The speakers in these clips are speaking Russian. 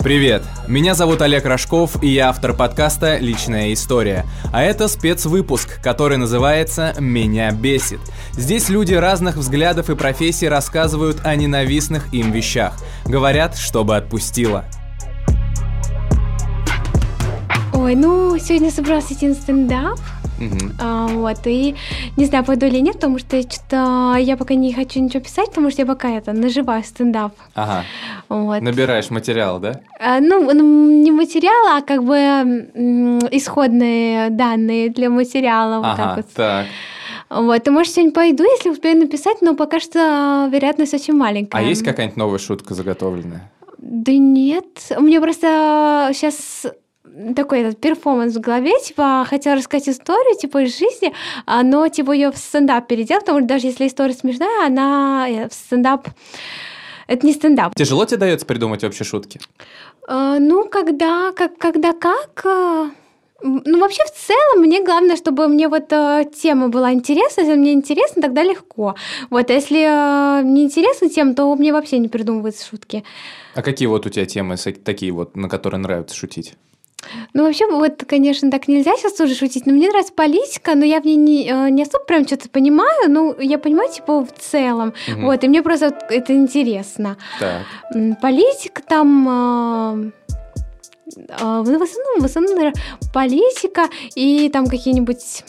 Привет, меня зовут Олег Рожков, и я автор подкаста «Личная история». А это спецвыпуск, который называется «Меня бесит». Здесь люди разных взглядов и профессий рассказывают о ненавистных им вещах. Говорят, чтобы отпустило. Ой, сегодня собралась идти на стендап. И не знаю, пойду или нет, потому что я пока не хочу ничего писать, потому что я пока наживаю стендап. Ага. Набираешь материал, да? Не материал, а как бы исходные данные для материала. Так. И может сегодня пойду, если успею написать, но пока что вероятность очень маленькая. А есть какая-нибудь новая шутка заготовленная? Да нет, у меня просто сейчас такой перформанс в голове, хотела рассказать историю, из жизни, но, ее в стендап переделать, потому что даже если история смешная, она в стендап... Это не стендап. Тяжело тебе дается придумать вообще шутки? Когда вообще в целом мне главное, чтобы мне тема была интересна. Если мне интересно, тогда легко. А если не интересна тема, то мне вообще не придумываются шутки. А какие у тебя темы такие на которые нравится шутить? Вообще, конечно, так нельзя сейчас тоже шутить, но мне нравится политика, но я в ней не особо прям что-то понимаю, но я понимаю, в целом, и мне просто это интересно. Так. Политика там... в основном, наверное, политика и там какие-нибудь...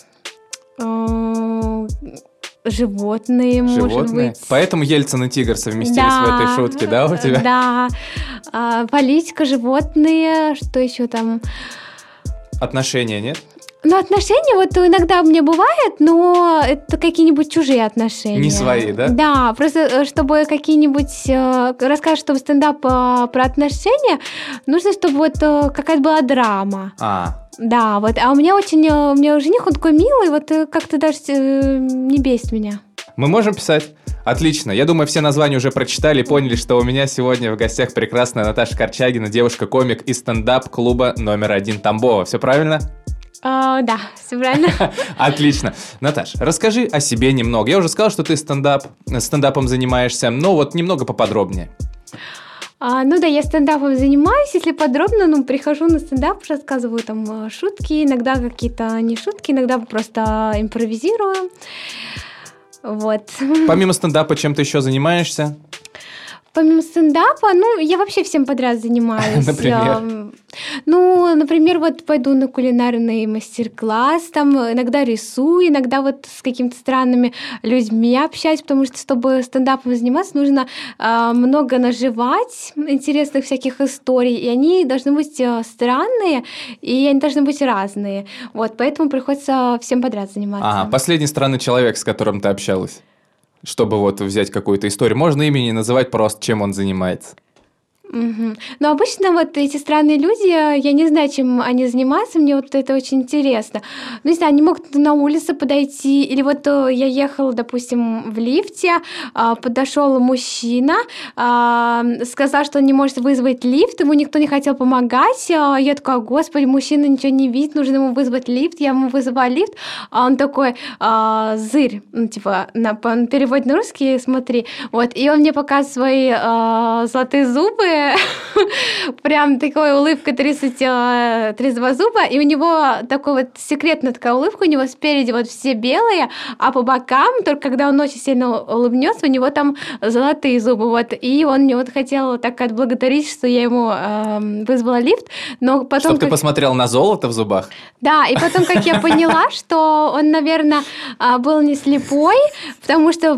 Животные, может быть. Поэтому Ельцин и тигр совместились в этой шутке, да, у тебя? Да. Политика, животные, что еще там? Отношения, нет? Отношения иногда у меня бывает, но это какие-нибудь чужие отношения. Не свои, да? Да, просто чтобы какие-нибудь... Рассказать, чтобы стендап про отношения, нужно, чтобы какая-то была драма. Да, а у меня жених, он такой милый, как-то даже не бесит меня. Мы можем писать? Отлично. Я думаю, все названия уже прочитали и поняли, что у меня сегодня в гостях прекрасная Наташа Корчагина, девушка-комик из стендап-клуба номер 1 Тамбова. Все правильно? Да, все правильно. Отлично. Наташ, расскажи о себе немного. Я уже сказал, что ты стендапом занимаешься, но немного поподробнее. Я стендапом занимаюсь, если подробно, прихожу на стендап, рассказываю там шутки, иногда какие-то не шутки, иногда просто импровизирую. Помимо стендапа, чем ты еще занимаешься? Помимо стендапа, я вообще всем подряд занимаюсь. Например? Например, пойду на кулинарный мастер-класс, там иногда рисую, иногда с какими-то странными людьми общаюсь, потому что, чтобы стендапом заниматься, нужно много наживать интересных всяких историй, и они должны быть странные, и они должны быть разные. Поэтому приходится всем подряд заниматься. Последний странный человек, с которым ты общалась? Чтобы взять какую-то историю. Можно имя не называть, просто чем он занимается. Обычно эти странные люди, я не знаю, чем они занимаются, мне это очень интересно. Не знаю, они могут на улице подойти, или я ехала, допустим, в лифте, подошел мужчина, сказал, что он не может вызвать лифт, ему никто не хотел помогать. Я такая: господи, мужчина ничего не видит, нужно ему вызвать лифт. Я ему вызываю лифт, а он такой: зырь, он переводит на русский, смотри. И он мне показывает свои золотые зубы, прям такой улыбка 32 зуба, и у него такой секретная такая улыбка, у него спереди все белые, а по бокам, только когда он очень сильно улыбнется, у него там золотые зубы, и он мне хотел так отблагодарить, что я ему вызвала лифт, но потом... Чтобы ты посмотрел на золото в зубах? Да, и потом, как я поняла, что он, наверное, был не слепой, потому что...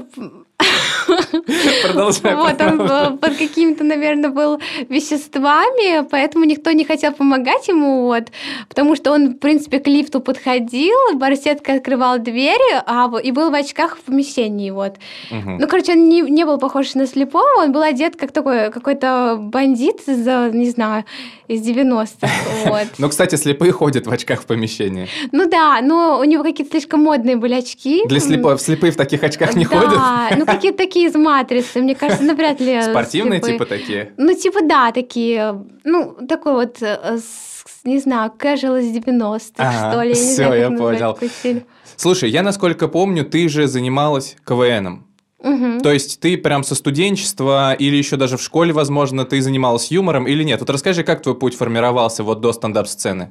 Продолжай. Он под какими-то, наверное, был веществами, поэтому никто не хотел помогать ему, потому что он, в принципе, к лифту подходил, барсеткой открывал двери, и был в очках в помещении, он не был похож на слепого, он был одет как такой какой-то бандит не знаю, из 90-х, Кстати, слепые ходят в очках в помещении. Да, но у него какие-то слишком модные были очки. Для слепые в таких очках не ходят? Да, какие-то такие из «Матрицы», мне кажется, навряд ли спортивные слепые. такие? Да, такие, такой не знаю, casual из 90-х, что ли. Все, я понял. Слушай, я, насколько помню, ты же занималась КВНом. То есть ты прям со студенчества или еще даже в школе, возможно, ты занималась юмором или нет? Вот расскажи, как твой путь формировался вот до стендап-сцены?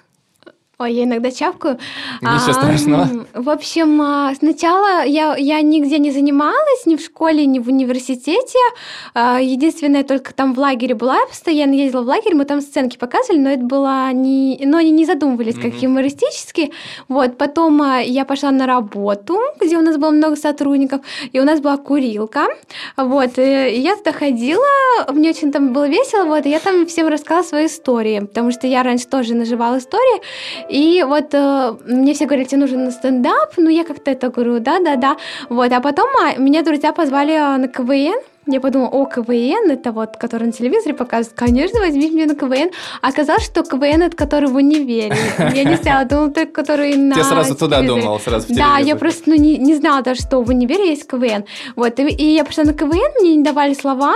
Ой, я иногда чавкаю. Ничего страшного. В общем, сначала я нигде не занималась, ни в школе, ни в университете. Единственное, только там в лагере была, я постоянно ездила в лагерь, мы там сценки показывали, но это было не... Но они не задумывались как юмористически. Вот, потом я пошла на работу, где у нас было много сотрудников, и у нас была курилка. Вот, и я туда ходила, мне очень там было весело, вот, и я там всем рассказала свои истории, потому что я раньше тоже наживала истории. И вот мне все говорили, тебе нужен стендап, ну я как-то это говорю, да. Вот, а потом меня друзья позвали на КВН. Я подумала, КВН, это вот, который на телевизоре показывают, конечно, возьми меня на КВН. А оказалось, что КВН, это который в универе. Я не знала, думала, только который на Ты сразу туда телевизоре. думала, сразу в телевизор. Да, я просто не знала даже, что в универе есть КВН. Вот, и я пришла на КВН, мне не давали слова.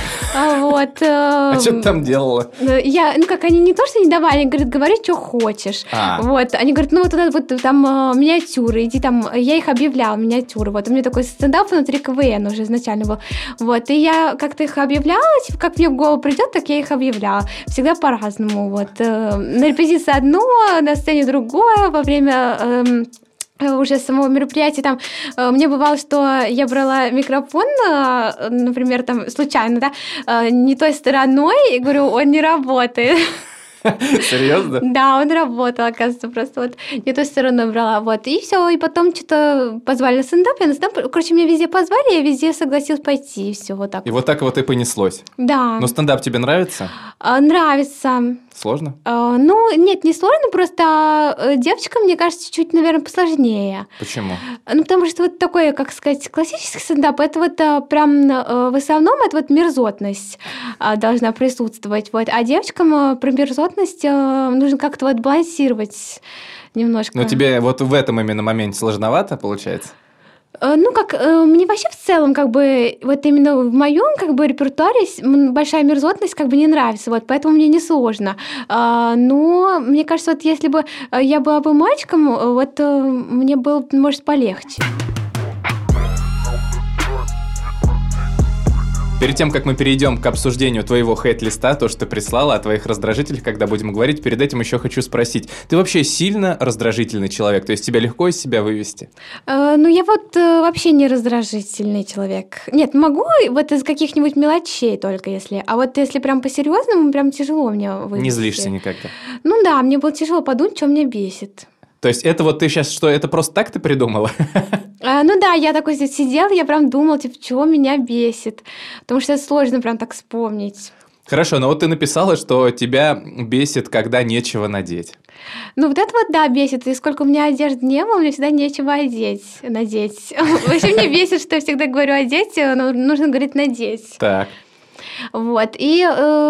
Вот. А что ты там делала? Они не то, что не давали, они говорят, говори, что хочешь. Вот, они говорят, ну вот там миниатюры, иди там, я их объявляла, миниатюры. Вот, у меня такой стендап внутри КВН уже изначально был. Вот, и я как-то их объявляла, типа, как мне в голову придет, так я их объявляла. Всегда по-разному. Вот. На репетиции одно, на сцене другое, во время уже самого мероприятия там мне бывало, что я брала микрофон, например, там случайно, да, не той стороной, и говорю, он не работает. Серьезно? Да, он работал, оказывается, просто вот не той стороной брала, вот, и все, и потом что-то позвали на стендап, я на стендап, короче, меня везде позвали, я везде согласилась пойти, и все, вот так. И вот так вот и понеслось? Да. Но стендап тебе нравится? Нравится. Сложно? Ну, нет, не сложно, просто девочкам, мне кажется, чуть-чуть, наверное, посложнее. Почему? Ну, потому что вот такой, как сказать, классический стендап, это вот прям в основном это вот мерзотность должна присутствовать, вот, а девочкам про мерзотность нужно как-то вот балансировать немножко. Но тебе вот в этом именно моменте сложновато, получается? Ну, мне вообще в целом, как бы, вот именно в моем, как бы, репертуаре большая мерзотность, как бы, не нравится, вот, поэтому мне не сложно. Но мне кажется, вот если бы я была бы мальчиком, вот, мне было, может, полегче. Перед тем, как мы перейдем к обсуждению твоего хейт-листа, то, что ты прислала, о твоих раздражителях, когда будем говорить, перед этим еще хочу спросить. Ты вообще сильно раздражительный человек? То есть тебя легко из себя вывести? Ну, я вот вообще не раздражительный человек. Нет, могу вот из каких-нибудь мелочей только, если... А вот если прям по-серьезному, прям тяжело мне вывести. Не злишься никогда? Ну да, мне было тяжело подумать, что меня бесит. То есть это вот ты сейчас что, это просто так ты придумала? Ну да, я такой здесь сидела, я прям думала, типа, чего меня бесит. Потому что это сложно прям так вспомнить. Хорошо, но вот ты написала, что тебя бесит, когда нечего надеть. Ну вот это вот, да, бесит. И сколько у меня одежды не было, мне всегда нечего надеть. Вообще мне бесит, что я всегда говорю одеть, но нужно говорить надеть. Так. Вот, и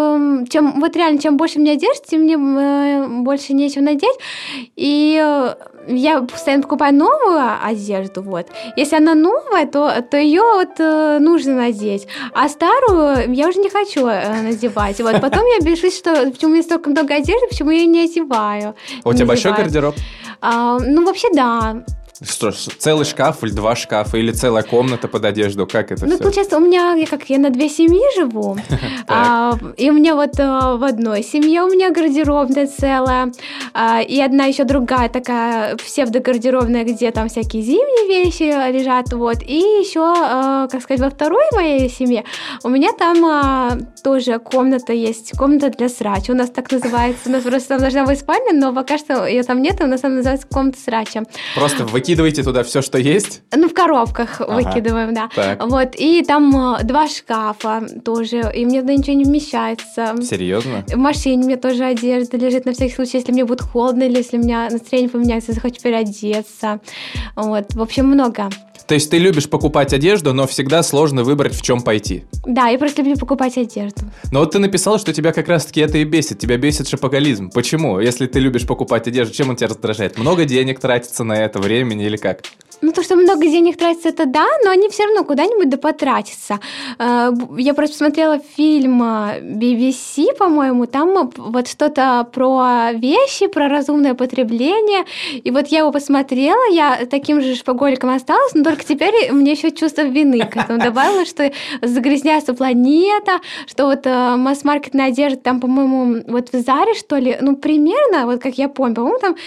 чем больше у меня одежды, тем мне больше нечего надеть, и я постоянно покупаю новую одежду, вот. Если она новая, то ее вот нужно надеть, а старую я уже не хочу надевать. Вот. Потом я бешусь, что почему у меня столько много одежды, почему я ее не одеваю. А у тебя большой гардероб? Ну, вообще, да. Что ж, целый шкаф или 2 шкафа, или целая комната под одежду, как это все? Ну, получается, у меня, я на 2 семьи живу, и у меня вот в одной семье у меня гардеробная целая, и одна еще другая такая псевдогардеробная, где там всякие зимние вещи лежат, вот, и еще, как сказать, во второй моей семье у меня там тоже комната есть, комната для срача, у нас так называется, у нас просто там должна быть спальня, но пока что ее там нет, у нас там называется комната срача. Просто выкидываете туда все, что есть? Ну, в коробках выкидываем, да. Так. Вот, и там 2 шкафа тоже, и мне туда ничего не вмещается. Серьезно? В машине у меня тоже одежда лежит на всякий случай, если мне будет холодно, или если у меня настроение поменяется, я захочу переодеться. Вот, в общем, много. То есть ты любишь покупать одежду, но всегда сложно выбрать, в чем пойти? Да, я просто люблю покупать одежду. Но вот ты написала, что тебя как раз-таки это и бесит. Тебя бесит шопоголизм. Почему? Если ты любишь покупать одежду, чем он тебя раздражает? Много денег тратится на это, времени или как? Ну, то, что много денег тратится, это да, но они все равно куда-нибудь да потратятся. Я просто посмотрела фильм BBC, по-моему, там вот что-то про вещи, про разумное потребление, и вот я его посмотрела, я таким же шопоголиком осталась, но только только теперь мне еще чувство вины к этому добавило, что загрязняется планета, что вот масс-маркетная одежда, там, по-моему, вот в Заре, что ли, ну, примерно, вот как я помню, по-моему, там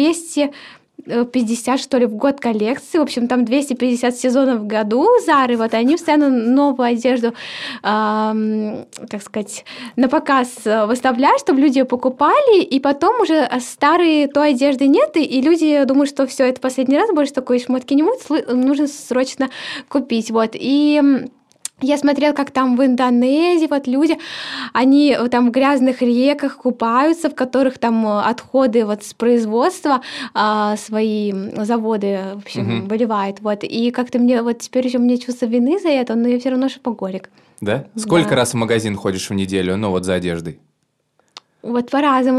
250, что ли, в год коллекции. В общем, там 250 сезонов в году Зары. Вот они постоянно новую одежду, как сказать, на показ выставляют, чтобы люди ее покупали, и потом уже старой той одежды нет, и люди думают, что все это последний раз, больше такой шмотки не будет, нужно срочно купить. Вот. И я смотрела, как там в Индонезии вот люди, они там в грязных реках купаются, в которых там отходы вот с производства свои заводы, в общем, выливают. Вот. И как-то мне вот теперь еще мне чувство вины за это, но я все равно шопоголик. Да? Сколько раз в магазин ходишь в неделю, ну вот за одеждой? Вот по-разному.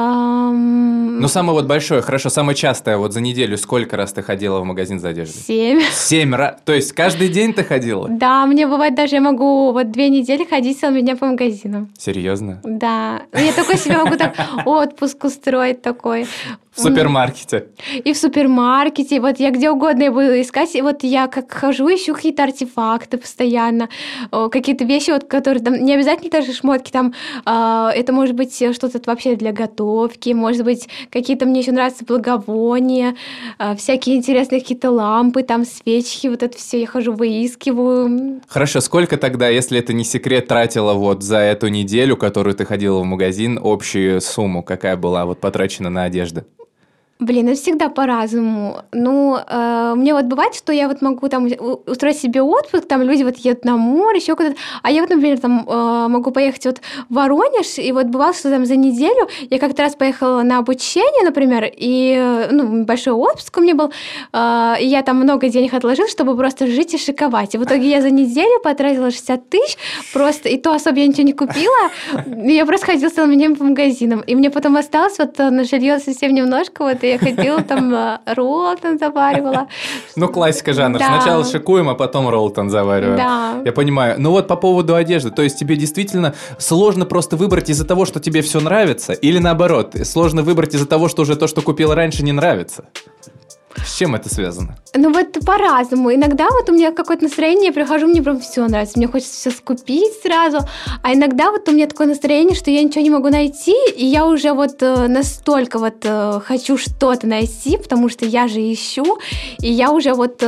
Ну, самое вот большое, хорошо, самое частое, вот за неделю сколько раз ты ходила в магазин за одеждой? 7. 7 раз? То есть каждый день ты ходила? Да, мне бывает даже, я могу вот 2 недели ходить целыми днями по магазинам. Серьезно? Да. Я только себе могу так отпуск устроить такой. В супермаркете? И в супермаркете. Вот я где угодно я буду искать. И вот я как хожу, ищу какие-то артефакты постоянно. Какие-то вещи, вот, которые там... Не обязательно даже шмотки. Там, это может быть что-то вообще для готовки. Может быть, какие-то мне еще нравятся благовония. Всякие интересные какие-то лампы, там свечки. Вот это все я хожу, выискиваю. Хорошо, сколько тогда, если это не секрет, тратила вот за эту неделю, которую ты ходила в магазин, общую сумму, какая была вот потрачена на одежду? Блин, это всегда по-разному. Ну, мне вот бывает, что я вот могу там устроить себе отпуск, там люди вот едут на море, еще куда-то, а я вот, например, там могу поехать вот в Воронеж, и вот бывало, что там за неделю я как-то раз поехала на обучение, например, и, ну, большой отпуск у меня был, и я там много денег отложила, чтобы просто жить и шиковать. И в итоге я за неделю потратила 60 тысяч просто, и то особо я ничего не купила, я просто ходила целыми днями по магазинам, и мне потом осталось вот на жилье совсем немножко, вот, и я ходила там, роллтон заваривала. Ну, классика жанра. Да. Сначала шикуем, а потом роллтон завариваем. Да. Я понимаю. Ну вот по поводу одежды. То есть тебе действительно сложно просто выбрать из-за того, что тебе все нравится? Или наоборот, сложно выбрать из-за того, что уже то, что купил раньше, не нравится? С чем это связано? Ну вот по-разному. Иногда вот у меня какое-то настроение, я прихожу, мне прям все нравится, мне хочется все скупить сразу, а иногда вот у меня такое настроение, что я ничего не могу найти, и я уже вот настолько вот хочу что-то найти, потому что я же ищу, и я уже вот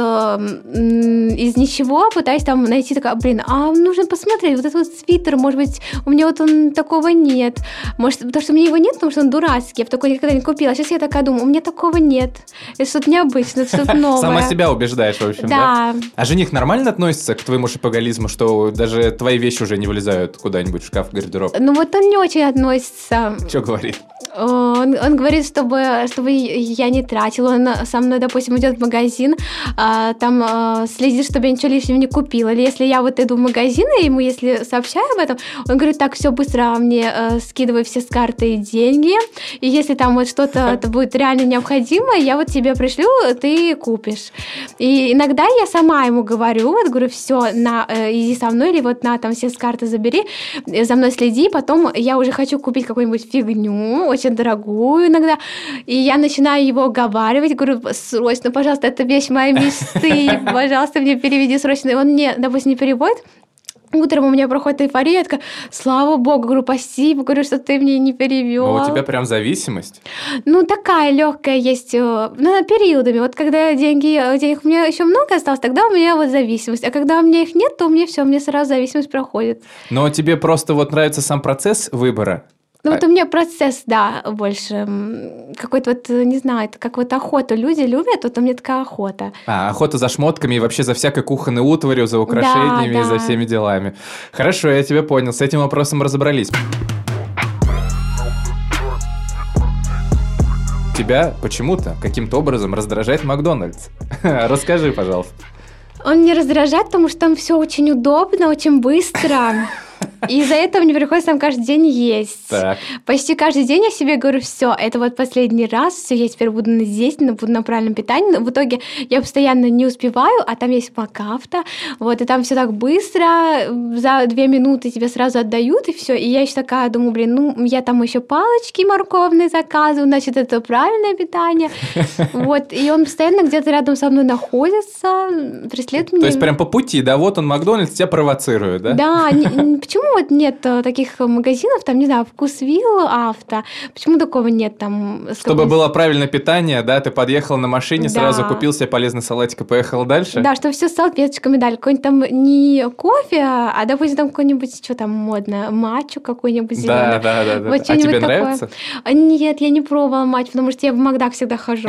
из ничего пытаюсь там найти, такая, блин, а нужно посмотреть, вот этот вот свитер, может быть, у меня вот он такого нет, может, потому что у меня его нет, потому что он дурацкий, я бы такой никогда не купила, а сейчас я такая думаю, у меня такого нет, это что-то необычно, это что-то новое. Сама себя убеждаешь, в общем, да? А жених нормально относится к твоему шопоголизму, что даже твои вещи уже не вылезают куда-нибудь в шкаф, в гардероб? Ну вот он не очень относится. Что говорит? Он говорит, чтобы я не тратила. Он со мной, допустим, идет в магазин, там следит, чтобы я ничего лишнего не купила. Или если я вот иду в магазин, и ему если сообщаю об этом, он говорит, так, все быстро мне скидывай все с карты деньги, и если там вот что-то будет реально необходимо, я вот тебе пришлю, ты купишь. И иногда я сама ему говорю, вот говорю, все, иди со мной, или вот на, там все с карты забери, за мной следи, потом я уже хочу купить какую-нибудь фигню, очень дорогую иногда, и я начинаю его уговаривать, говорю, срочно, пожалуйста, это вещь моей мечты, пожалуйста, мне переведи срочно. И он мне, допустим, не переводит. Утром у меня проходит эйфория, я такая, слава богу, говорю, спасибо, говорю, что ты мне не перевел. Но у тебя прям зависимость? Ну, такая легкая есть, ну, периодами. Вот когда денег у меня еще много осталось, тогда у меня вот зависимость. А когда у меня их нет, то у меня все, у меня сразу зависимость проходит. Но тебе просто вот нравится сам процесс выбора? Ну, вот у меня процесс, да, больше какой-то вот, не знаю, это как вот охоту люди любят, вот у меня такая охота. Охота за шмотками и вообще за всякой кухонной утварью, за украшениями, да. За всеми делами. Хорошо, я тебя понял, с этим вопросом разобрались. Тебя почему-то, каким-то образом раздражает Макдональдс. Расскажи, пожалуйста. Он не раздражает, потому что там все очень удобно, очень быстро. И из-за этого мне приходится там каждый день есть. Так. Почти каждый день я себе говорю, все, это вот последний раз, все, я теперь буду на диете, буду на правильном питании. Но в итоге я постоянно не успеваю, а там есть МакАвто, вот, и там все так быстро, за 2 минуты тебе сразу отдают, и все. И я еще такая думаю, я там еще палочки морковные заказываю, значит, это правильное питание. Вот, и он постоянно где-то рядом со мной находится, преследует меня. То есть прям по пути, да, вот он, Макдональдс, тебя провоцирует, да? Да, почему вот нет таких магазинов, там, не знаю, Вкусвилл, Авто, почему такого нет там? Чтобы было правильное питание, да, ты подъехал на машине, Да. сразу купил себе полезный салатик и поехал дальше? Да, что все с салфеточками дали, какой-нибудь там не кофе, а, допустим, там какой-нибудь, что там модно, матчу какой-нибудь зелёный. Да. Вот А тебе что-нибудь такое. нравится? Нет, я не пробовала матчу, потому что я в Макдак всегда хожу.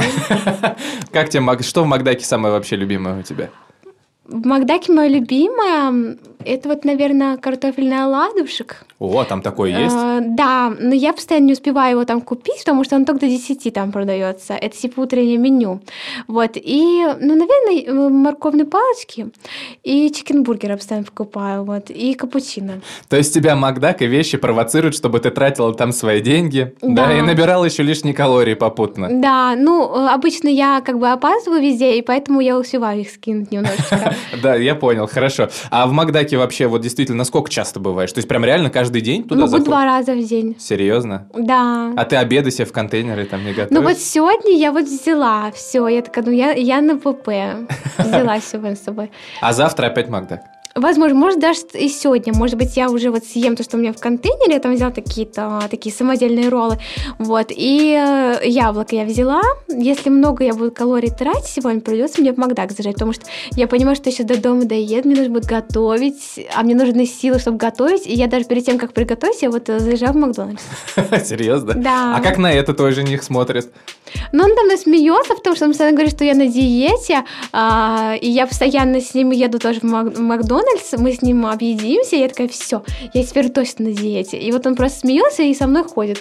Как тебе, что в Макдаке самое вообще любимое у тебя? В Макдаке мое любимое, это вот, наверное, картофельный оладушек. О, там такое есть? Да, но я постоянно не успеваю его там купить, потому что он только до 10 там продается. Это типа утреннее меню. Вот. И, наверное, морковные палочки и чикенбургеры постоянно покупаю. Вот. И капучино. То есть тебя Макдак и вещи провоцируют, чтобы ты тратила там свои деньги, да, и набирала еще лишние калории попутно. Да, обычно я как бы опаздываю везде, и поэтому я успеваю их скинуть немножечко. Да, я понял, хорошо. А в Макдаке вообще вот действительно насколько часто бываешь? То есть прям реально каждый день туда Могу 2 раза в день. Серьезно? Да. А ты обеды себе в контейнеры там не готовишь? Ну вот сегодня я вот взяла все, я такая, я на ПП взяла все с собой. А завтра опять Макдак? Возможно, может, даже и сегодня. Может быть, я уже вот съем то, что у меня в контейнере. Я там взяла какие-то такие самодельные роллы. Вот. И яблоко я взяла. Если много я буду калорий тратить сегодня, придется мне в Макдак зажать. Потому что я понимаю, что я сейчас до дома доеду, мне нужно будет готовить. А мне нужны силы, чтобы готовить. И я даже перед тем, как приготовить, я вот заезжаю в Макдональдс. Серьезно? Да. А как на это твой жених смотрит? Ну, он там смеется, потому что он постоянно говорит, что я на диете, и я постоянно с ним еду тоже в Макдональдс, мы с ним объедимся, и я такая, все, я теперь точно на диете. И вот он просто смеется и со мной ходит.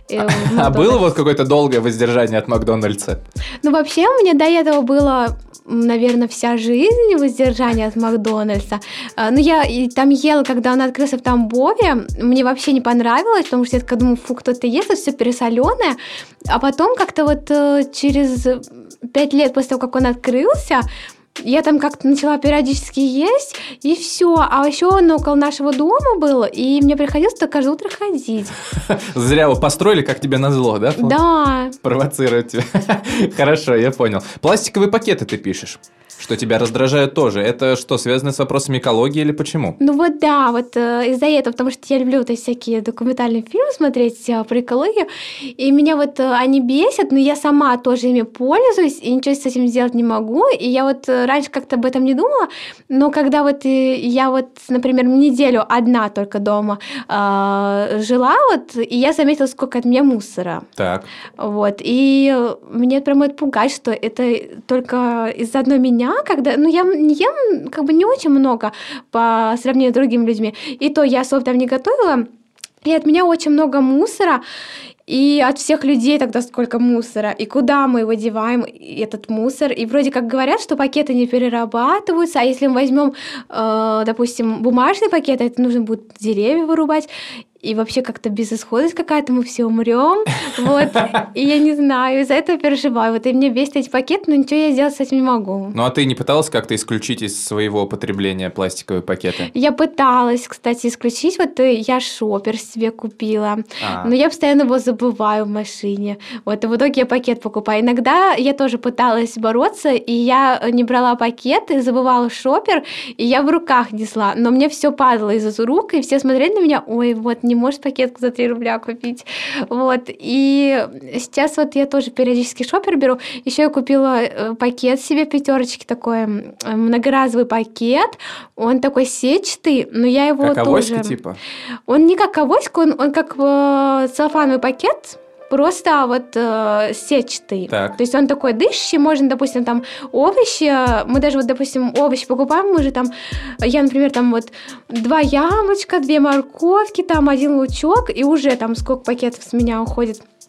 А было вот какое-то долгое воздержание от Макдональдса? Ну, вообще, у меня до этого было, наверное, вся жизнь воздержание от Макдональдса. Ну, я там ела, когда он открылся в Тамбове, мне вообще не понравилось, потому что я такая думаю, фу, кто-то ест, это все пересоленое. А потом как-то вот через 5 лет после того, как он открылся, я там как-то начала периодически есть, и все. А еще он около нашего дома был, и мне приходилось туда каждое утро ходить. Зря его построили, как тебе назло, да? Да. Провоцируют тебя. Хорошо, я понял. Пластиковые пакеты ты пишешь, что тебя раздражают тоже. Это что, связано с вопросами экологии или почему? Ну вот да, вот из-за этого, потому что я люблю вот эти всякие документальные фильмы смотреть про экологию, и меня вот они бесят, но я сама тоже ими пользуюсь, и ничего с этим сделать не могу, и я вот раньше как-то об этом не думала, но когда вот я вот, например, неделю одна только дома жила, вот, и я заметила, сколько от меня мусора. Так. Вот, и меня прям это пугает, что это только из-за одной меня, когда, я ем как бы не очень много по сравнению с другими людьми, и то я особо там не готовила, и от меня очень много мусора, и от всех людей тогда сколько мусора, и куда мы его деваем, этот мусор, и вроде как говорят, что пакеты не перерабатываются, а если мы возьмем, допустим, бумажные пакеты, это нужно будет деревья вырубать, и вообще как-то безысходность какая-то, мы все умрем, вот, и я не знаю, из-за этого переживаю, вот, и мне бесит эти пакеты, но ничего я сделать с этим не могу. Ну, а ты не пыталась как-то исключить из своего потребления пластиковые пакеты? Я пыталась, кстати, исключить, вот я шопер себе купила, но я постоянно его забываю в машине, вот, и в итоге я пакет покупаю. Иногда я тоже пыталась бороться, и я не брала пакет, и забывала шопер, и я в руках несла, но мне все падало из рук, и все смотрели на меня, ой, вот, не можешь пакетку за 3 рубля купить. Вот. И сейчас вот я тоже периодически шопер беру. Еще я купила пакет себе 5 такой многоразовый пакет. Он такой сетчатый, но я его как тоже... авоська типа? Он не как авоська, он как целлофановый пакет, просто вот сетчатый. Так. То есть он такой дышащий, можно, допустим, там овощи, мы даже вот, допустим, овощи покупаем, мы же там, я, например, там вот 2 яблочка, 2 морковки, там 1 лучок, и уже там сколько пакетов с меня уходит.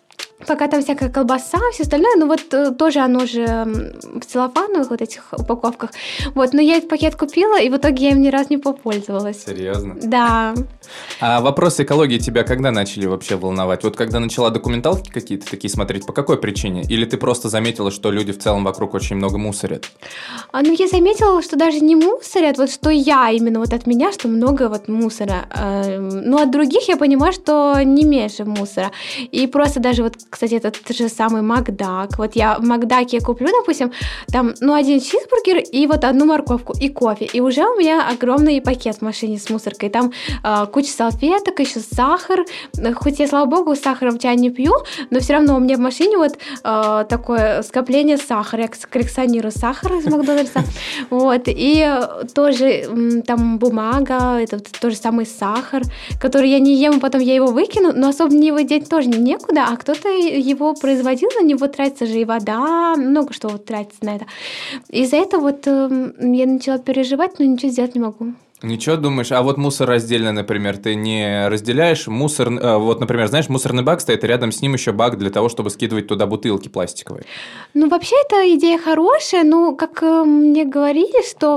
пока там всякая колбаса, все остальное, ну вот тоже оно же в целлофановых вот этих упаковках. Вот, но я этот пакет купила, и в итоге я им ни разу не попользовалась. Серьезно? Да. А вопросы экологии тебя когда начали вообще волновать? Вот когда начала документалки какие-то такие смотреть, по какой причине? Или ты просто заметила, что люди в целом вокруг очень много мусорят? Ну, я заметила, что даже не мусорят, вот что я именно вот от меня, что много вот мусора. Ну, от других я понимаю, что не меньше мусора. И просто даже вот, кстати, этот же самый Макдак. Вот я в Макдаке куплю, допустим, там, ну, один чизбургер и вот одну морковку и кофе. И уже у меня огромный пакет в машине с мусоркой. Там куча салфеток, еще сахар. Хоть я, слава богу, сахаром чай не пью, но все равно у меня в машине вот такое скопление сахара. Я коллекционирую сахар из Макдональдса. Вот. И тоже там бумага, это вот тот же самый сахар, который я не ем, потом я его выкину, но особо мне его деть тоже некуда, а кто-то его производил, на него тратится же и вода, много что вот тратится на это. Из-за этого вот я начала переживать, но ничего сделать не могу. Ничего думаешь? А вот мусор раздельно, например, ты не разделяешь? Мусор, вот, например, знаешь, мусорный бак стоит, и рядом с ним еще бак для того, чтобы скидывать туда бутылки пластиковые. Ну, вообще, эта идея хорошая, но, как мне говорили, что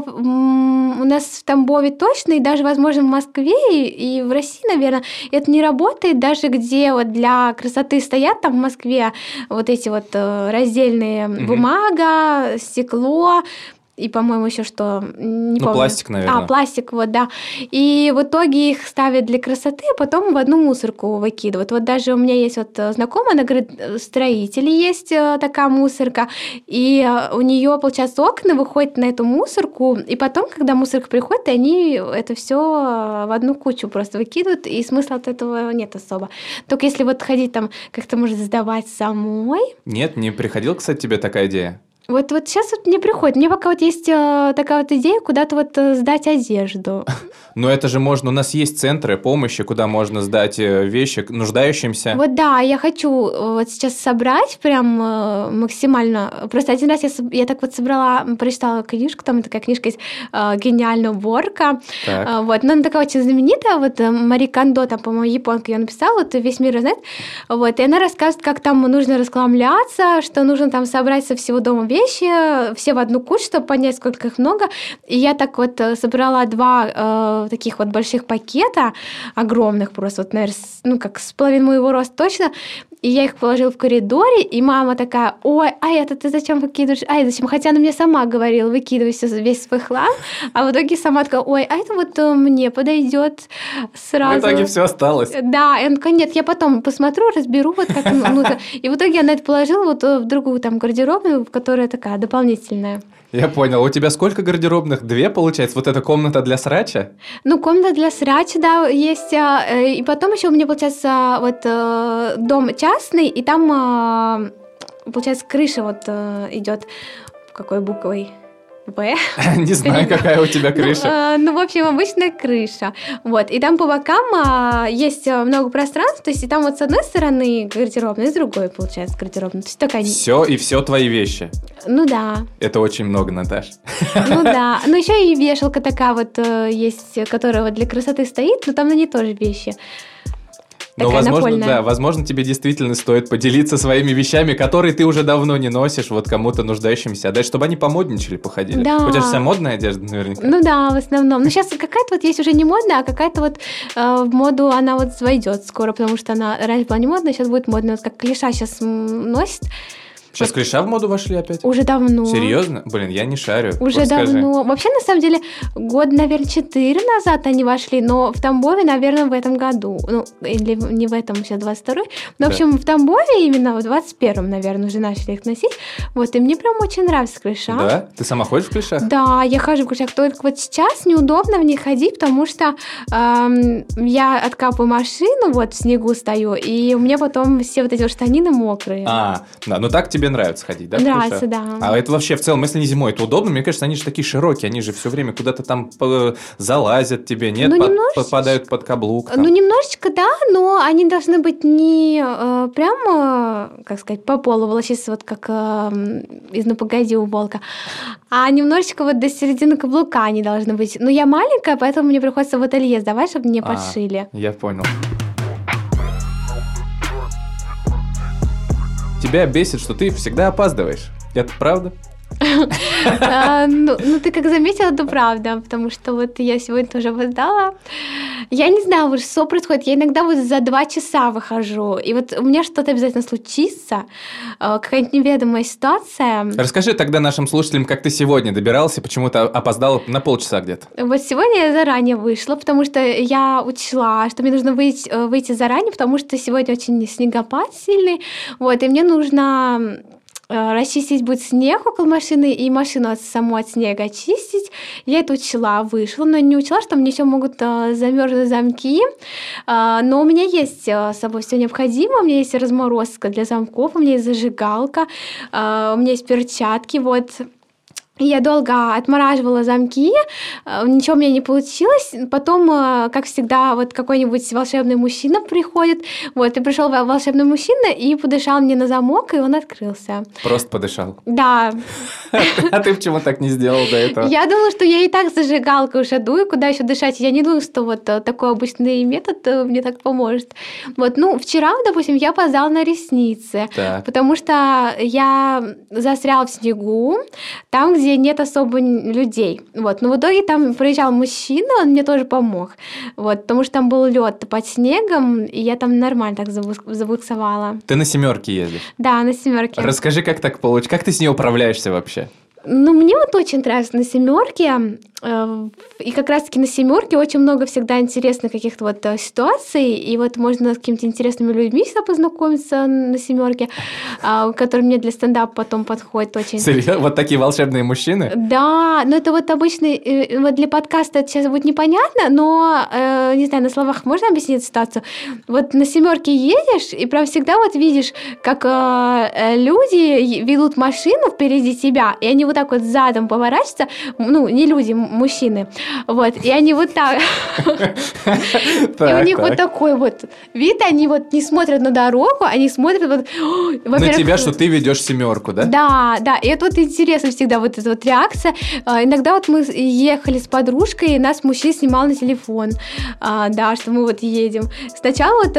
у нас в Тамбове точно, и даже, возможно, в Москве и в России, наверное, это не работает, даже где вот для красоты стоят там в Москве вот эти вот раздельные бумага, стекло, и, по-моему, еще что, не помню. Пластик, наверное. Пластик, вот, да. И в итоге их ставят для красоты, а потом в одну мусорку выкидывают. Вот даже у меня есть вот знакомая, она говорит, строители есть такая мусорка, и у нее, получается, окна выходят на эту мусорку, и потом, когда мусорка приходит, они это все в одну кучу просто выкидывают, и смысла от этого нет особо. Только если вот ходить там, как-то, может, сдавать самой. Нет, не приходила, кстати, тебе такая идея? Вот сейчас вот мне приходит. Мне пока вот есть такая вот идея куда-то вот сдать одежду. Но это же можно, у нас есть центры помощи, куда можно сдать вещи нуждающимся. Вот да, я хочу вот сейчас собрать прям максимально. Просто один раз я так вот собрала, прочитала книжку, там такая книжка есть «Гениальная уборка». Вот, но она такая очень знаменитая, вот Мари Кондо, там, по-моему, японка ее написала, вот весь мир знает. Вот, и она рассказывает, как там нужно расхламляться, что нужно там собрать со всего дома вещи, все в одну кучу, чтобы понять, сколько их много. И я так вот собрала 2 таких вот больших пакета, огромных просто, вот, наверное, ну, как с половиной моего роста точно, и я их положила в коридоре, и мама такая: ой, а это ты зачем выкидываешь? А это зачем? Хотя она мне сама говорила, выкидывай весь свой хлам, а в итоге сама такая: ой, а это вот мне подойдет сразу. В итоге все осталось. Да, и он такой: нет, я потом посмотрю, разберу, вот как нужно. И в итоге она это положила вот в другую там гардеробную, которая такая дополнительная. Я понял. У тебя сколько гардеробных? 2, получается? Вот эта комната для срача? Ну, комната для срача, да, есть. И потом еще у меня, получается, вот дом частный, и там, получается, крыша вот идет какой буквой? Б. Не знаю, какая у тебя крыша. Ну, в общем, обычная крыша. Вот. И там по бокам есть много пространств. То есть, и там вот с одной стороны гардеробная, и с другой, получается, гардеробная. То есть, такая... Все и все твои вещи. Ну да. Это очень много, Наташ. Ну да. Ну еще и вешалка такая вот есть, которая вот для красоты стоит, но там на ней тоже вещи. Ну, возможно, да, возможно, тебе действительно стоит поделиться своими вещами, которые ты уже давно не носишь, вот кому-то нуждающимся отдать, чтобы они помодничали, походили. Да. У тебя же вся модная одежда наверняка. Ну да, в основном. Но сейчас какая-то вот есть уже не модная, а какая-то вот в моду она вот войдет скоро, потому что она раньше была не модная, сейчас будет модная. Вот как клиша сейчас носит. Сейчас клиша в моду вошли опять? Уже давно. Серьезно? Блин, я не шарю. Уже давно. Вообще, на самом деле, год, наверное, 4 назад они вошли, но в Тамбове, наверное, в этом году. Ну, или не в этом, сейчас 22-й. Но, в общем, в Тамбове именно в 21-м, наверное, уже начали их носить. Вот, и мне прям очень нравится клиша. Да? Ты сама ходишь в клишах? Да, я хожу в клишах. Только вот сейчас неудобно в них ходить, потому что я откапываю машину, вот в снегу стою, и у меня потом все вот эти вот штанины мокрые. Да, ну так тебе нравится ходить, да? Нравится, да. А это вообще в целом, если не зимой, это удобно? Мне кажется, они же такие широкие, они же все время куда-то там залазят тебе, нет? Попадают под каблук. Ну, немножечко, да, но они должны быть не прямо, как сказать, по полу волочиться, вот как из «Ну, погоди» у волка, а немножечко вот до середины каблука они должны быть. Но я маленькая, поэтому мне приходится в ателье сдавать, чтобы мне подшили. Я понял. тебя бесит, что ты всегда опаздываешь. Это правда? Ну, ты как заметила, это правда, потому что вот я сегодня тоже опоздала. Я не знаю, вот что происходит. Я иногда вот за 2 часа выхожу, и вот у меня что-то обязательно случится, какая-нибудь неведомая ситуация. Расскажи тогда нашим слушателям, как ты сегодня добирался, почему-то опоздала на полчаса где-то. Вот сегодня я заранее вышла, потому что я учла, что мне нужно выйти заранее, потому что сегодня очень снегопад сильный, вот, и мне нужно расчистить будет снег около машины и машину саму от снега очистить. Я это учла, вышла, но не учла, что мне еще могут замерзнуть замки. Но у меня есть с собой все необходимое. У меня есть разморозка для замков, у меня есть зажигалка, у меня есть перчатки, вот. Я долго отмораживала замки, ничего у меня не получилось. Потом, как всегда, вот какой-нибудь волшебный мужчина приходит. Вот, и пришел волшебный мужчина и подышал мне на замок, и он открылся. Просто подышал? Да. А ты почему так не сделал до этого? Я думала, что я и так зажигалкой уже дую, куда еще дышать. Я не думала, что вот такой обычный метод мне так поможет. Вот, ну, вчера, допустим, я опоздала на ресницы, потому что я застряла в снегу, там, где нет особо людей. Вот. Но в итоге там приезжал мужчина, он мне тоже помог. Вот. Потому что там был лед под снегом, и я там нормально так забуксовала. Ты на 7-ке ездишь? Да, на 7-ке. Расскажи, как так получилось? Как ты с ней управляешься вообще? Ну, мне вот очень нравится на 7-ке, и как раз-таки на 7-ке очень много всегда интересных каких-то вот ситуаций, и вот можно с какими-то интересными людьми всегда познакомиться на 7-ке, которые мне для стендапа потом подходят очень. Серьезно? Вот такие волшебные мужчины? Да, но это вот обычный, вот для подкаста это сейчас будет непонятно, но, не знаю, на словах можно объяснить эту ситуацию? Вот на 7-ке едешь, и прям всегда вот видишь, как люди ведут машину впереди тебя, и они вот так вот задом поворачиваются, ну, не люди, мужчины, вот, и они вот так, и у них вот такой вот вид, они вот не смотрят на дорогу, они смотрят вот... На тебя, что ты ведешь 7-ку, да? Да, да, и это вот интересно всегда, вот эта вот реакция. Иногда вот мы ехали с подружкой, и нас мужчина снимал на телефон, да, что мы вот едем. Сначала вот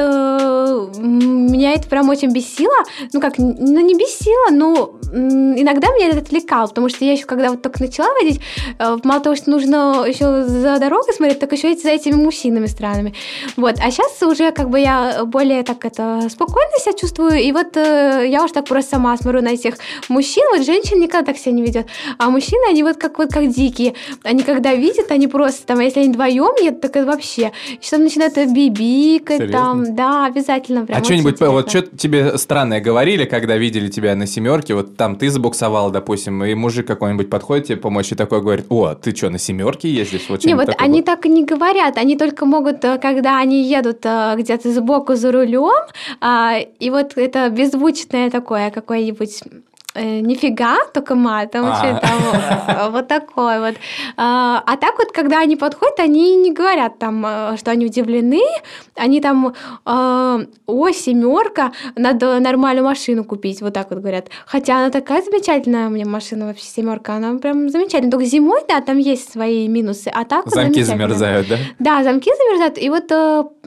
меня это прям очень бесило, ну как, ну не бесило, но иногда меня это отвлекало, потому что я еще когда вот только начала водить, мало того, что нужно еще за дорогой смотреть, так еще и за этими мужчинами странными. Вот, а сейчас уже как бы я более так спокойно себя чувствую, и вот я уже так просто сама смотрю на этих мужчин, вот женщин никогда так себя не ведет, а мужчины, они вот как дикие, они когда видят, они просто там, если они вдвоем едут, так это вообще, что-то начинают бибикать, там, да, обязательно. Прям а что-нибудь, вот что тебе странное говорили, когда видели тебя на 7-ке, вот там ты забуксовал, допустим, и мужик какой-нибудь подходит тебе помочь и такой говорит: о, ты что, на 7-ке ездишь? Вот не, вот они так и не говорят, они только могут, когда они едут где-то сбоку за рулем, и вот это беззвучное такое какое-нибудь... нифига, только матом, вообще там вот такой вот. А так вот, когда они подходят, они не говорят там, что они удивлены, они там, о, 7-ка, надо нормальную машину купить, вот так вот говорят. Хотя она такая замечательная у меня машина, вообще 7-ка, она прям замечательная. Только зимой, да, там есть свои минусы, а так вот замки замерзают, да? Да, замки замерзают, и вот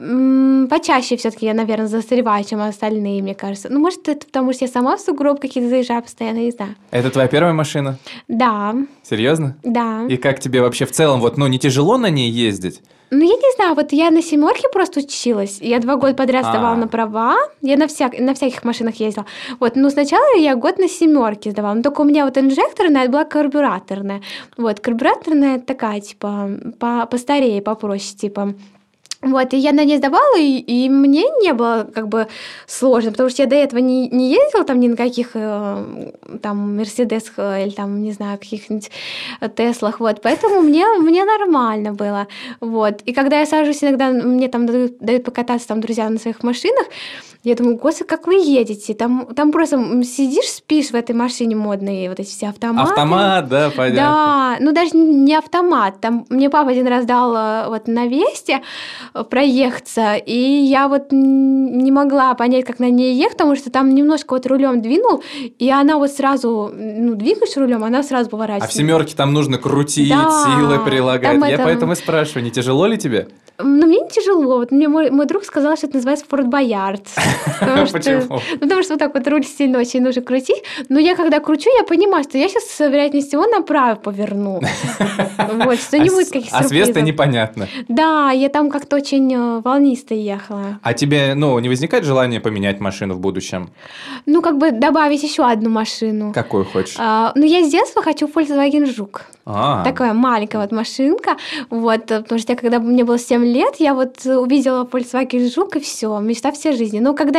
почаще все-таки я, наверное, застреваю, чем остальные, мне кажется. Ну, может, это потому что я сама в сугроб какие-то заезжаю постоянно, не знаю. Это твоя первая машина? Да. Серьезно? Да. И как тебе вообще в целом, вот, ну, не тяжело на ней ездить? Ну, я не знаю, вот я на 7-ке просто училась. Я 2 года подряд сдавала на права. Я на всяких машинах ездила. Вот, но сначала я год на 7-ке сдавала. Но только у меня вот инжекторная, это была карбюраторная. Вот, карбюраторная такая, типа, постарее, попроще, типа... Вот, и я на ней сдавала, и мне не было как бы сложно, потому что я до этого не ездила там ни на каких там Мерседесах или там, не знаю, каких-нибудь Теслах, вот, поэтому мне нормально было, вот. И когда я сажусь, иногда мне там дают покататься там друзья на своих машинах, я думаю: господи, как вы едете? Там просто сидишь, спишь в этой машине модной, вот эти все автоматы. Автомат, да, понятно. Да, ну даже не автомат. Там мне папа один раз дал вот на Весте проехаться, и я вот не могла понять, как на ней ехать, потому что там немножко вот рулем двинул, и она вот сразу, ну, двигаешь рулем, она сразу поворачивается. А в 7-ке там нужно крутить, да, силы прилагать. Я поэтому и спрашиваю, не тяжело ли тебе? Ну, мне не тяжело. Вот мне мой друг сказал, что это называется Форт Боярд. Почему? Потому что вот так вот руль сильно очень нужно крутить. Но я когда кручу, я понимаю, что я сейчас, вероятнее всего, направо поверну. Вот, что не будет каких-то сюрпризов. А с Вестой непонятно. Да, я там как-то очень волнисто ехала. А тебе, не возникает желание поменять машину в будущем? Ну, как бы добавить еще одну машину. Какую хочешь? Ну, я с детства хочу Volkswagen Жук. Такая маленькая вот машинка. Вот, потому что когда мне было 7 лет, я вот увидела Volkswagen Жук, и все, мечта всей жизни. Но когда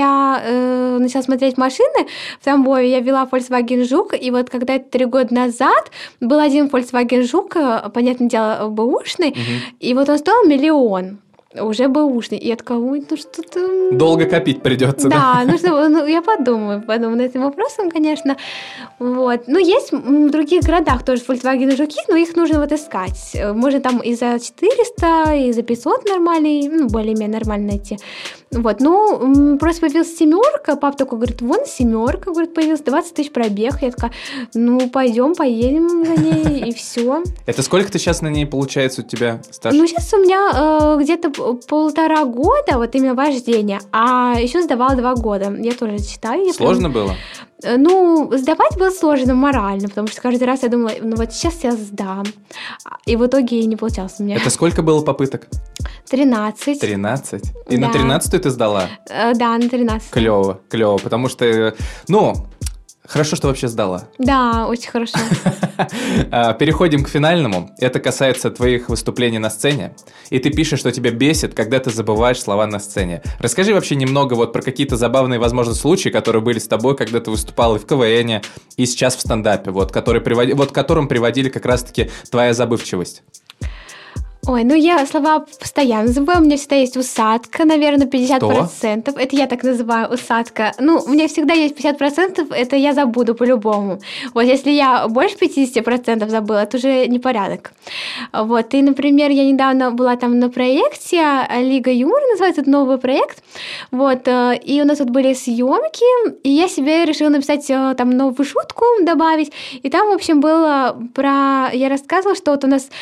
я начала смотреть машины в Тамбове, я вела Volkswagen Жук, и вот когда 3 года назад был один Volkswagen Жук, понятное дело, бэушный, и вот он стоил 1 миллион. Уже бэушный. И я такая, ой, ну что-то... Долго копить придется, да? Да, я подумаю над этим вопросом, конечно. Вот. Ну, есть в других городах тоже Volkswagen Жуки, но их нужно вот искать. Можно там и за 400, и за 500 нормальный, более-менее нормально найти. Вот, просто появилась 7, папа такой говорит, вон 7, говорит, появилась, 20 тысяч пробег. Я такая, пойдем, поедем на ней, и все. Это сколько ты сейчас на ней, получается, у тебя стаж? Сейчас у меня где-то 1,5 года, вот именно вождения, а еще сдавала 2 года. Я тоже читаю. Сложно было? Сдавать было сложно морально, потому что каждый раз я думала, вот сейчас я сдам. И в итоге и не получалось у меня. Это сколько было попыток? 13. 13? И на 13-ю ты сдала? Да, на 13. Клево, потому что, хорошо, что вообще сдала. Да, очень хорошо. Переходим к финальному. Это касается твоих выступлений на сцене. И ты пишешь, что тебя бесит, когда ты забываешь слова на сцене. Расскажи вообще немного вот про какие-то забавные, возможно, случаи, которые были с тобой, когда ты выступал и в КВНе, и сейчас в стендапе, к которым приводили как раз-таки твоя забывчивость. Ой, я слова постоянно забываю. У меня всегда есть усадка, наверное, 50%. Что? Это я так называю усадка. У меня всегда есть 50%, это я забуду по-любому. Вот если я больше 50% забыла, это уже непорядок. Вот, и, например, я недавно была там на проекте «Лига юмора», называется, это новый проект. Вот, и у нас тут были съемки, и я себе решила написать там новую шутку, добавить. И там, в общем, было я рассказывала, что вот у нас,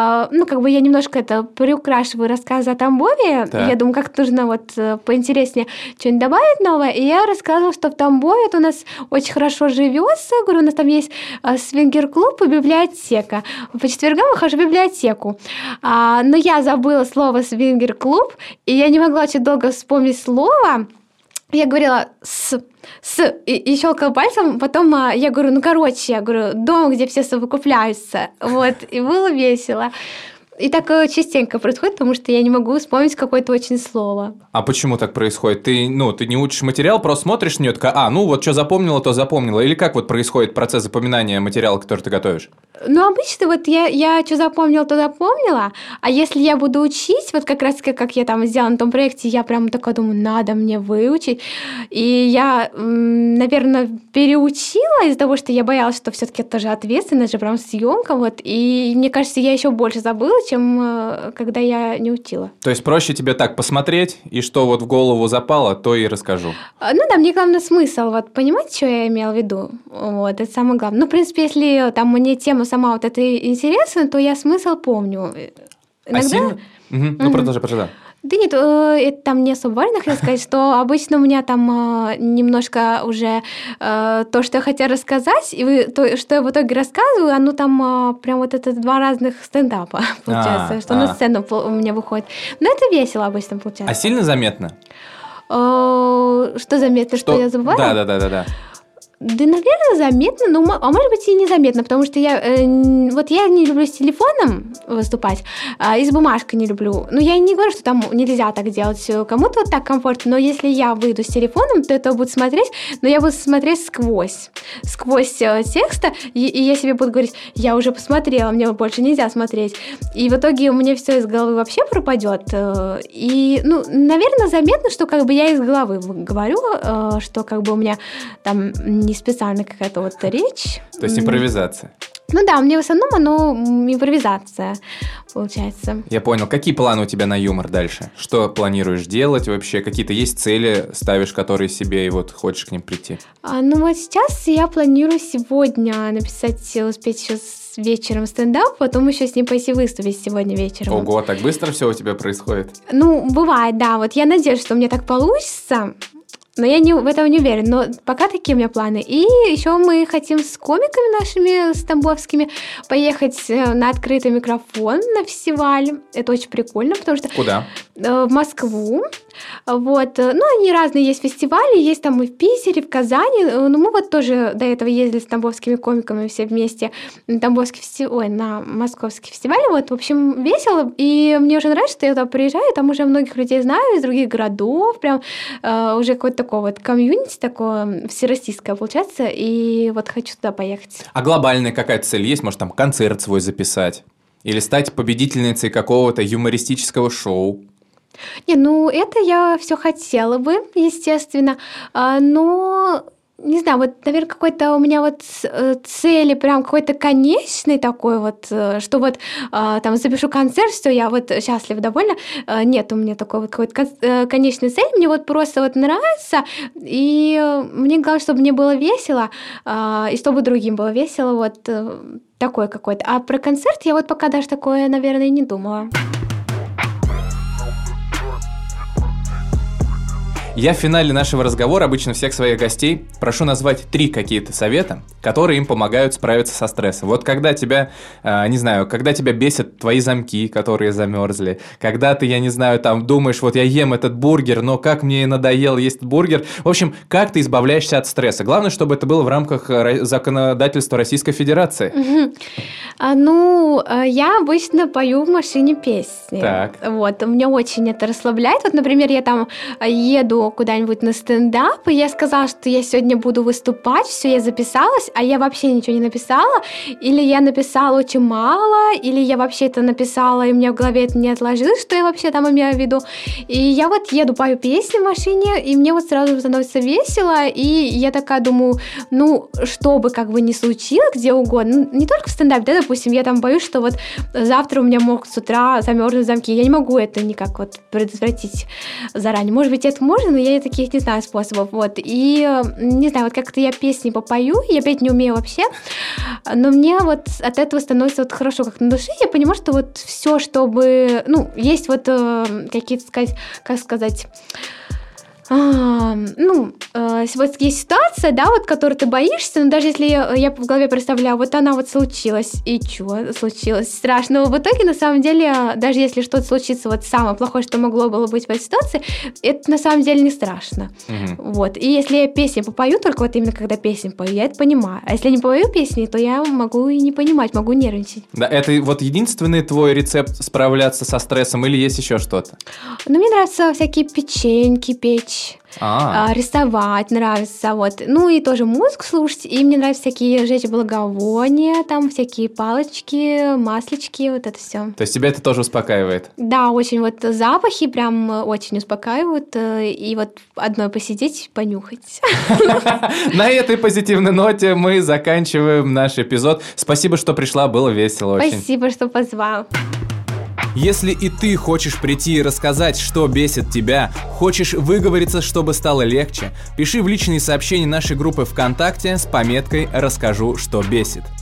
я немножко это приукрашиваю рассказы о Тамбове. Да. Я думаю, как нужно вот поинтереснее что-нибудь добавить новое. И я рассказывала, что в Тамбове у нас очень хорошо живется. Говорю, у нас там есть свингер-клуб и библиотека. По четвергам я хожу в библиотеку. Но я забыла слово свингер-клуб, и я не могла очень долго вспомнить слово. Я говорила и щелкала пальцем, потом я говорю, дом, где все совокупляются. Вот, и было весело. И так частенько происходит, потому что я не могу вспомнить какое-то очень слово. А почему так происходит? Ты не учишь материал, просто смотришь на нее, такая, вот что запомнила, то запомнила. Или как вот происходит процесс запоминания материала, который ты готовишь? Обычно вот я что запомнила, то запомнила. А если я буду учить, вот как раз как я там сделала на том проекте, я прям такая думаю, надо мне выучить. И я, наверное, переучила из-за того, что я боялась, что все-таки это же ответственность, же прям съемка. Вот. И мне кажется, я еще больше забыла, чем когда я не учила. То есть проще тебе так посмотреть, и что вот в голову запало, то и расскажу. Мне главное смысл, вот понимать, что я имела в виду. Вот, это самое главное. В принципе, если там мне тема сама вот это интересна, то я смысл помню. Иногда... сильно? Продолжай. Да нет, это там не особо важно, хотела сказать, что обычно у меня там немножко уже то, что я хотела рассказать, и то, что я в итоге рассказываю, оно там прям вот это 2 разных стендапа, получается, что на сцену у меня выходит. Но это весело обычно получается. А сильно заметно? Что заметно, что я забываю? Да. Да, наверное, заметно, а может быть и незаметно, потому что я не люблю с телефоном выступать, и с бумажкой не люблю. Я не говорю, что там нельзя так делать, кому-то вот так комфортно, но если я выйду с телефоном, то это будет смотреть, но я буду смотреть сквозь текста, и я себе буду говорить, я уже посмотрела, мне больше нельзя смотреть. И в итоге у меня все из головы вообще пропадет. И, наверное, заметно, что я из головы говорю, что у меня там не специально какая-то вот речь. То есть импровизация. Ну да, мне в основном оно импровизация получается. Я понял. Какие планы у тебя на юмор дальше? Что планируешь делать вообще? Какие-то есть цели ставишь, которые себе, и вот хочешь к ним прийти? Ну вот сейчас я планирую сегодня написать, успеть еще вечером стендап, потом еще с ним пойти выступить сегодня вечером. Ого, так быстро все у тебя происходит? Ну, бывает, да. Вот я надеюсь, что у меня так получится. Но я в этом не уверена, но пока такие у меня планы. И еще мы хотим с комиками нашими, с тамбовскими, поехать на открытый микрофон на фестиваль. Это очень прикольно, потому что... Куда? В Москву. Вот. Ну, они разные есть фестивали, есть там и в Питере, в Казани. Но мы вот тоже до этого ездили с тамбовскими комиками все вместе на Тамбовский фестиваль, на Московский фестиваль. Вот, в общем, весело. И мне уже нравится, что я туда приезжаю, там уже многих людей знаю из других городов, прям уже какое-то такое вот комьюнити такое всероссийское получается, и вот хочу туда поехать. А глобальная какая-то цель есть? Может, там концерт свой записать? Или стать победительницей какого-то юмористического шоу? Не, ну это я все хотела бы, естественно, но... Не знаю, вот, наверное, какой-то у меня вот цели прям какой-то конечный такой вот, что вот там запишу концерт, что я вот счастлива, довольна. Нет у меня такой вот какой-то конечной цели, мне вот просто вот нравится, и мне главное, чтобы мне было весело, и чтобы другим было весело, вот такой какой-то. А про концерт я вот пока даже такое, наверное, не думала. Я в финале нашего разговора обычно всех своих гостей прошу назвать 3 какие-то совета, которые им помогают справиться со стрессом. Вот когда тебя, не знаю, когда тебя бесят твои замки, которые замерзли, когда ты, я не знаю, там думаешь, вот я ем этот бургер, но как мне надоел есть этот бургер. В общем, как ты избавляешься от стресса? Главное, чтобы это было в рамках законодательства Российской Федерации. Я обычно пою в машине песни. Так. Вот, меня очень это расслабляет. Вот, например, я там еду куда-нибудь на стендап, и я сказала, что я сегодня буду выступать, все, я записалась, а я вообще ничего не написала, или я написала очень мало, или я вообще это написала, и у меня в голове это не отложилось, что я вообще там имею в виду. И я вот еду, пою песни в машине, и мне вот сразу становится весело, и я такая думаю, что бы как бы ни случилось, где угодно, не только в стендапе, да, допустим, я там боюсь, что вот завтра у меня могут с утра замерзнуть замки, я не могу это никак вот предотвратить заранее. Может быть, это можно, но я таких не знаю способов, вот. И, не знаю, вот как-то я песни попою, я петь не умею вообще, но мне вот от этого становится вот хорошо как на душе, я понимаю, что вот все, чтобы, есть вот какие-то, как сказать... вот есть ситуация, да, вот, которую ты боишься, но даже если я в голове представляю, вот она вот случилась, и что случилось? Страшно. Но в итоге, на самом деле, даже если что-то случится, вот самое плохое, что могло было быть в этой ситуации, это на самом деле не страшно. Вот. И если я песни попою, только вот именно когда песни пою, я это понимаю. А если я не пою песни, то я могу и не понимать, могу нервничать. Да, это вот единственный твой рецепт справляться со стрессом или есть еще что-то? Мне нравятся всякие печеньки печь. Рисовать нравится, вот. И тоже музыку слушать, и мне нравятся всякие жечь благовония, там всякие палочки, маслички, вот это все. То есть тебя это тоже успокаивает? Да, очень вот запахи прям очень успокаивают, и вот одной посидеть, понюхать. На этой позитивной ноте мы заканчиваем наш эпизод. Спасибо, что пришла, было весело очень. Спасибо, что позвал. Если и ты хочешь прийти и рассказать, что бесит тебя, хочешь выговориться, чтобы стало легче, пиши в личные сообщения нашей группы ВКонтакте с пометкой «Расскажу, что бесит».